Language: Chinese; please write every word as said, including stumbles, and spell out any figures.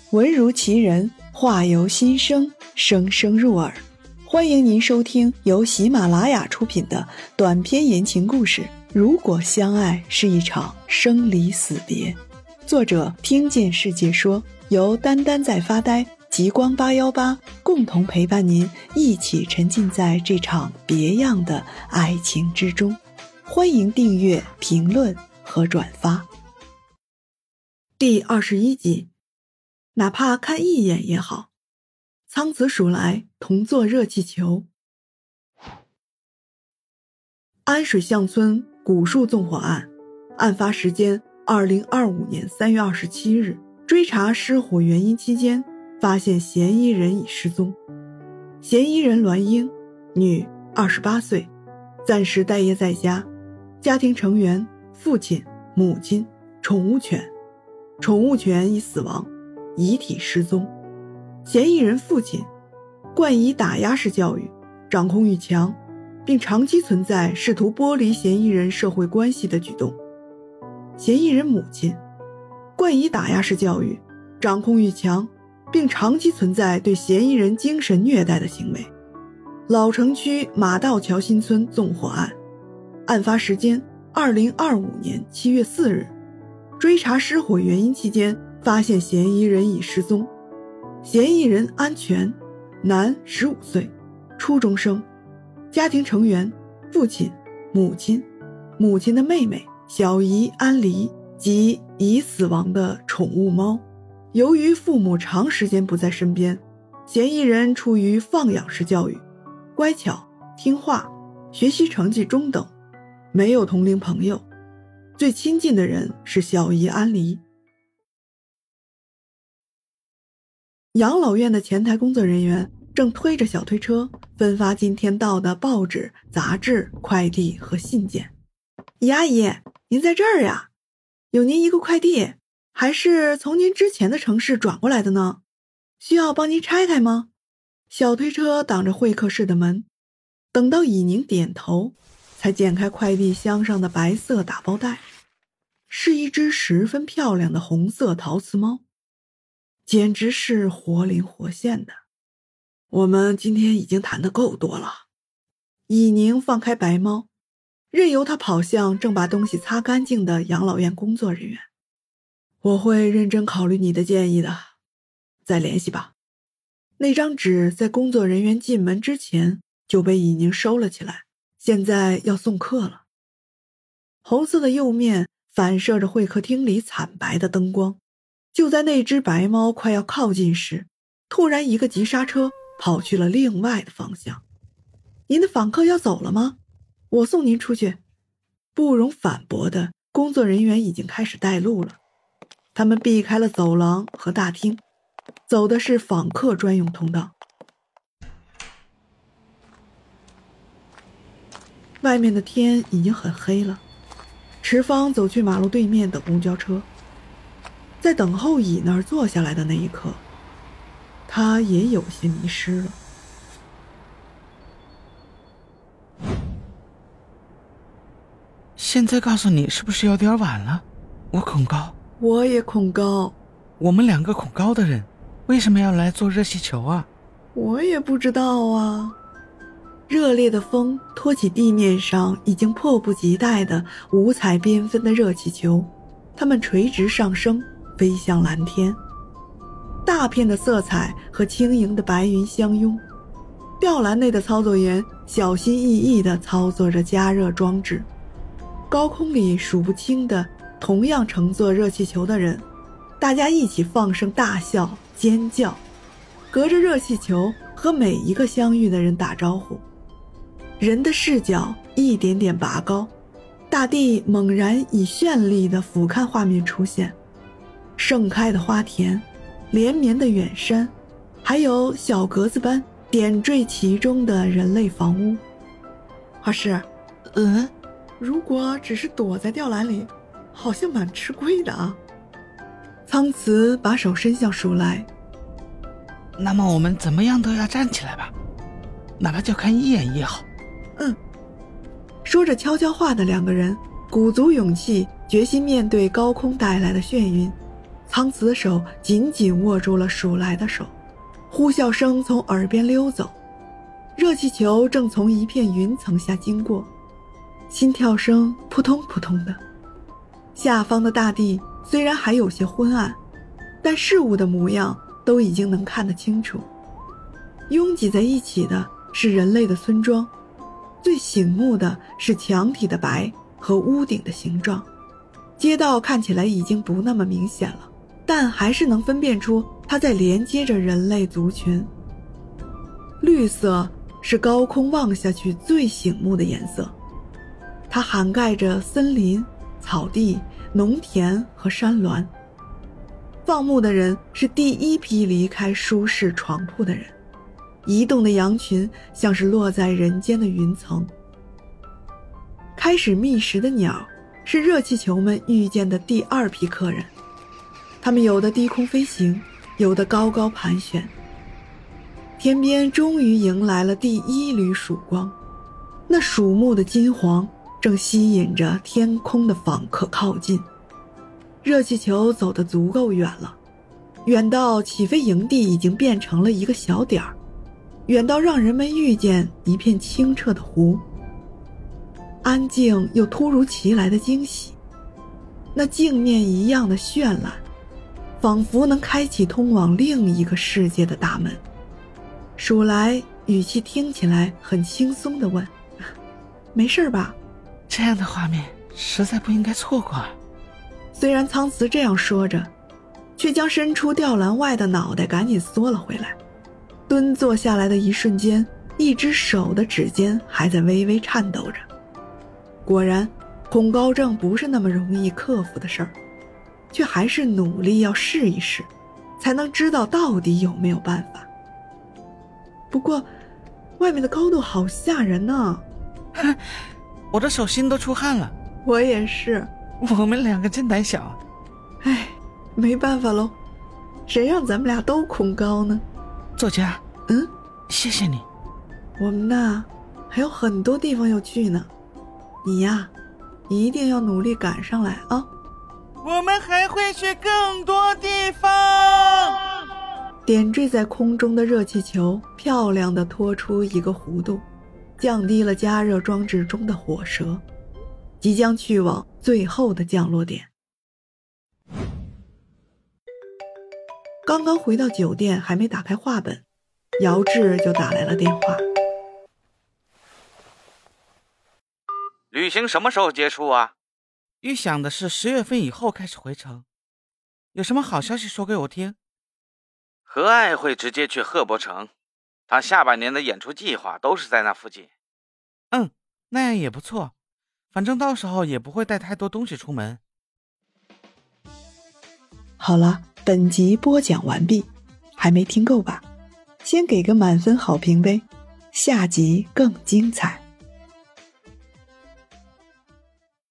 文如其人，话由心生，声声入耳。欢迎您收听由喜马拉雅出品的短篇言情故事《如果相爱是一场生离死别》，作者听见世界说，由丹丹在发呆、极光八一八共同陪伴您一起沉浸在这场别样的爱情之中。欢迎订阅、评论和转发。第二十一集，哪怕看一眼也好。苍子数来，同坐热气球。安水巷村古树纵火案，案发时间二零二五年三月二十七日，追查失火原因期间，发现嫌疑人已失踪。嫌疑人栾英，女，二十八岁，暂时待业在家，家庭成员父亲、母亲、宠物犬，宠物犬已死亡，遗体失踪。嫌疑人父亲惯以打压式教育，掌控欲强，并长期存在试图剥离嫌疑人社会关系的举动。嫌疑人母亲惯以打压式教育，掌控欲强，并长期存在对嫌疑人精神虐待的行为。老城区马道桥新村纵火案，案发时间二零二五年七月四日，追查失火原因期间，发现嫌疑人已失踪。嫌疑人安全，男，十五岁，初中生，家庭成员父亲、母亲、母亲的妹妹小姨安黎及已死亡的宠物猫。由于父母长时间不在身边，嫌疑人处于放养式教育，乖巧听话，学习成绩中等，没有同龄朋友，最亲近的人是小姨安黎。养老院的前台工作人员正推着小推车分发今天到的报纸、杂志、快递和信件。姨阿姨，您在这儿呀？有您一个快递，还是从您之前的城市转过来的呢？需要帮您拆开吗？小推车挡着会客室的门，等到以宁点头，才剪开快递箱上的白色打包袋，是一只十分漂亮的红色陶瓷猫，简直是活灵活现的。我们今天已经谈得够多了。以宁放开白猫，任由它跑向正把东西擦干净的养老院工作人员。我会认真考虑你的建议的，再联系吧。那张纸在工作人员进门之前就被以宁收了起来，现在要送客了。红色的釉面反射着会客厅里惨白的灯光。就在那只白猫快要靠近时，突然一个急刹车跑去了另外的方向。您的访客要走了吗？我送您出去。不容反驳的工作人员已经开始带路了。他们避开了走廊和大厅，走的是访客专用通道。外面的天已经很黑了，池方走去马路对面等公交车。在等候椅那儿坐下来的那一刻，他也有些迷失了。 现在告诉你是不是有点晚了？我恐高。 我也恐高。 我们两个恐高的人为什么要来做热气球啊？ 我也不知道啊。热烈的风托起地面上已经迫不及待的五彩缤纷的热气球，它们垂直上升，飞向蓝天。大片的色彩和轻盈的白云相拥，吊篮内的操作员小心翼翼地操作着加热装置。高空里数不清的同样乘坐热气球的人，大家一起放声大笑尖叫，隔着热气球和每一个相遇的人打招呼。人的视角一点点拔高，大地猛然以绚丽的俯瞰画面出现，盛开的花田，连绵的远山，还有小格子般点缀其中的人类房屋。华师， 嗯， 如果只是躲在吊篮里，好像蛮吃亏的啊。苍慈把手伸向鼠来。 那么我们怎么样都要站起来吧，哪怕就看一眼也好。 嗯。说着悄悄话的两个人鼓足勇气，决心面对高空带来的眩晕， 苍慈的手紧紧握住了鼠来的手，呼啸声从耳边溜走，热气球正从一片云层下经过，心跳声扑通扑通的。下方的大地虽然还有些昏暗，但事物的模样都已经能看得清楚。拥挤在一起的是人类的村庄，最醒目的是墙体的白和屋顶的形状。街道看起来已经不那么明显了，但还是能分辨出它在连接着人类族群。绿色是高空望下去最醒目的颜色，它涵盖着森林、草地、农田和山峦。放牧的人是第一批离开舒适床铺的人，移动的羊群像是落在人间的云层。开始觅食的鸟是热气球们遇见的第二批客人，他们有的低空飞行，有的高高盘旋。天边终于迎来了第一缕曙光，那鼠目的金黄正吸引着天空的访客靠近。热气球走得足够远了，远到起飞营地已经变成了一个小点儿，远到让人们遇见一片清澈的湖。安静又突如其来的惊喜，那镜面一样的绚烂，仿佛能开启通往另一个世界的大门。鼠来语气听起来很轻松地问：没事吧？ 这样的画面实在不应该错过啊。 虽然苍慈这样说着，却将伸出吊篮外的脑袋赶紧缩了回来。蹲坐下来的一瞬间，一只手的指尖还在微微颤抖着。果然，恐高症不是那么容易克服的事儿，却还是努力要试一试，才能知道到底有没有办法。不过，外面的高度好吓人呢。 我的手心都出汗了。 我也是。 我们两个真胆小。 唉，没办法喽，谁让咱们俩都恐高呢？ 作家， 嗯， 谢谢你。 我们呐，还有很多地方要去呢。你呀，一定要努力赶上来啊！ 我们还会去更多地方。 点缀在空中的热气球漂亮地拖出一个弧度，降低了加热装置中的火舌，即将去往最后的降落点。刚刚回到酒店，还没打开话本，姚志就打来了电话。 旅行什么时候结束啊？ 预想的是十月份以后开始回程。有什么好消息说给我听？ 何爱会直接去贺伯城，他下半年的演出计划都是在那附近。 嗯，那样也不错，反正到时候也不会带太多东西出门。 好了，本集播讲完毕，还没听够吧？先给个满分好评呗，下集更精彩。